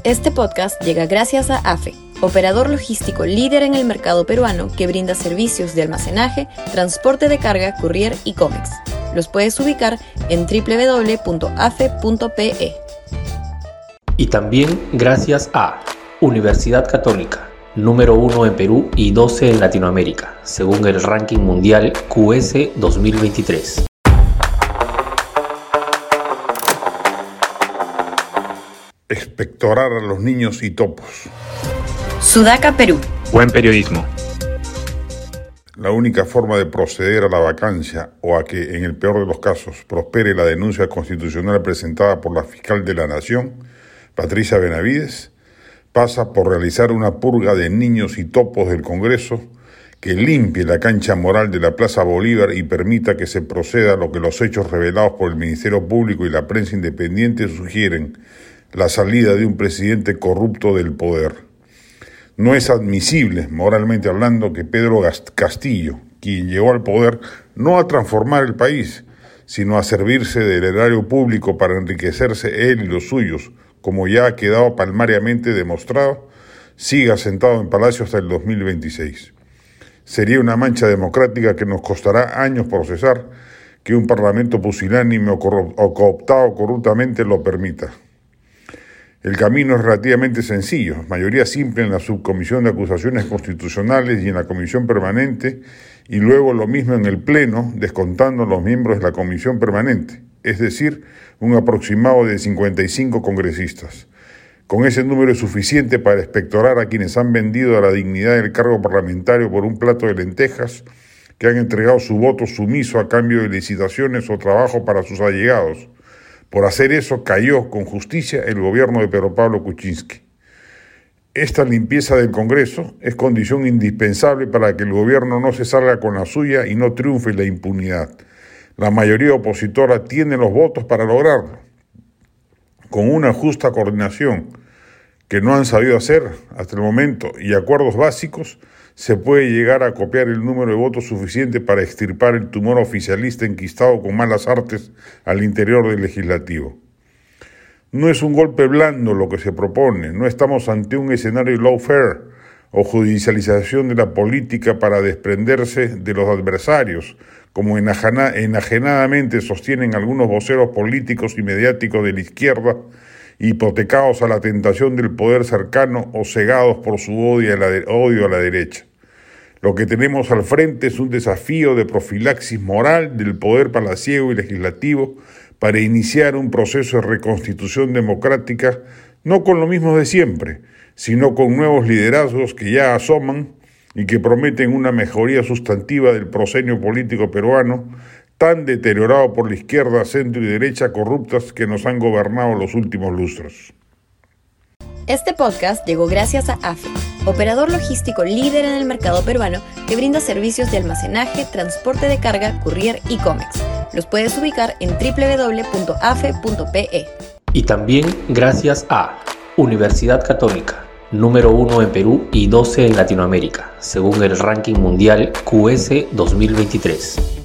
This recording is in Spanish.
Este podcast llega gracias a AFE, operador logístico líder en el mercado peruano que brinda servicios de almacenaje, transporte de carga, courier y cómics. Los puedes ubicar en www.afe.pe. Y también gracias a Universidad Católica, número 1 en Perú y 12 en Latinoamérica, según el ranking mundial QS 2023. Expectorar a los niños y topos. Sudaca, Perú. Buen periodismo. La única forma de proceder a la vacancia o a que, en el peor de los casos, prospere la denuncia constitucional presentada por la fiscal de la Nación, Patricia Benavides, pasa por realizar una purga de niños y topos del Congreso que limpie la cancha moral de la Plaza Bolívar y permita que se proceda a lo que los hechos revelados por el Ministerio Público y la prensa independiente sugieren: la salida de un presidente corrupto del poder. No es admisible, moralmente hablando, que Pedro Castillo, quien llegó al poder no a transformar el país, sino a servirse del erario público para enriquecerse él y los suyos, como ya ha quedado palmariamente demostrado, siga sentado en Palacio hasta el 2026. Sería una mancha democrática que nos costará años procesar que un parlamento pusilánime o cooptado corruptamente lo permita. El camino es relativamente sencillo: mayoría simple en la subcomisión de acusaciones constitucionales y en la comisión permanente, y luego lo mismo en el pleno, descontando los miembros de la comisión permanente, es decir, un aproximado de 55 congresistas. Con ese número es suficiente para expectorar a quienes han vendido a la dignidad del cargo parlamentario por un plato de lentejas, que han entregado su voto sumiso a cambio de licitaciones o trabajo para sus allegados. Por hacer eso cayó con justicia el gobierno de Pedro Pablo Kuczynski. Esta limpieza del Congreso es condición indispensable para que el gobierno no se salga con la suya y no triunfe la impunidad. La mayoría opositora tiene los votos para lograrlo. Con una justa coordinación, que no han sabido hacer hasta el momento, y acuerdos básicos, se puede llegar a copiar el número de votos suficiente para extirpar el tumor oficialista enquistado con malas artes al interior del legislativo. No es un golpe blando lo que se propone, no estamos ante un escenario lawfare o judicialización de la política para desprenderse de los adversarios, como enajenadamente sostienen algunos voceros políticos y mediáticos de la izquierda, hipotecados a la tentación del poder cercano o cegados por su odio a la derecha. Lo que tenemos al frente es un desafío de profilaxis moral del poder palaciego y legislativo para iniciar un proceso de reconstitución democrática, no con lo mismo de siempre, sino con nuevos liderazgos que ya asoman y que prometen una mejoría sustantiva del proscenio político peruano, tan deteriorado por la izquierda, centro y derecha corruptas que nos han gobernado los últimos lustros. Este podcast llegó gracias a AFE, operador logístico líder en el mercado peruano que brinda servicios de almacenaje, transporte de carga, courier y cómics. Los puedes ubicar en www.afe.pe. Y también gracias a Universidad Católica, número 1 en Perú y 12 en Latinoamérica, según el ranking mundial QS 2023.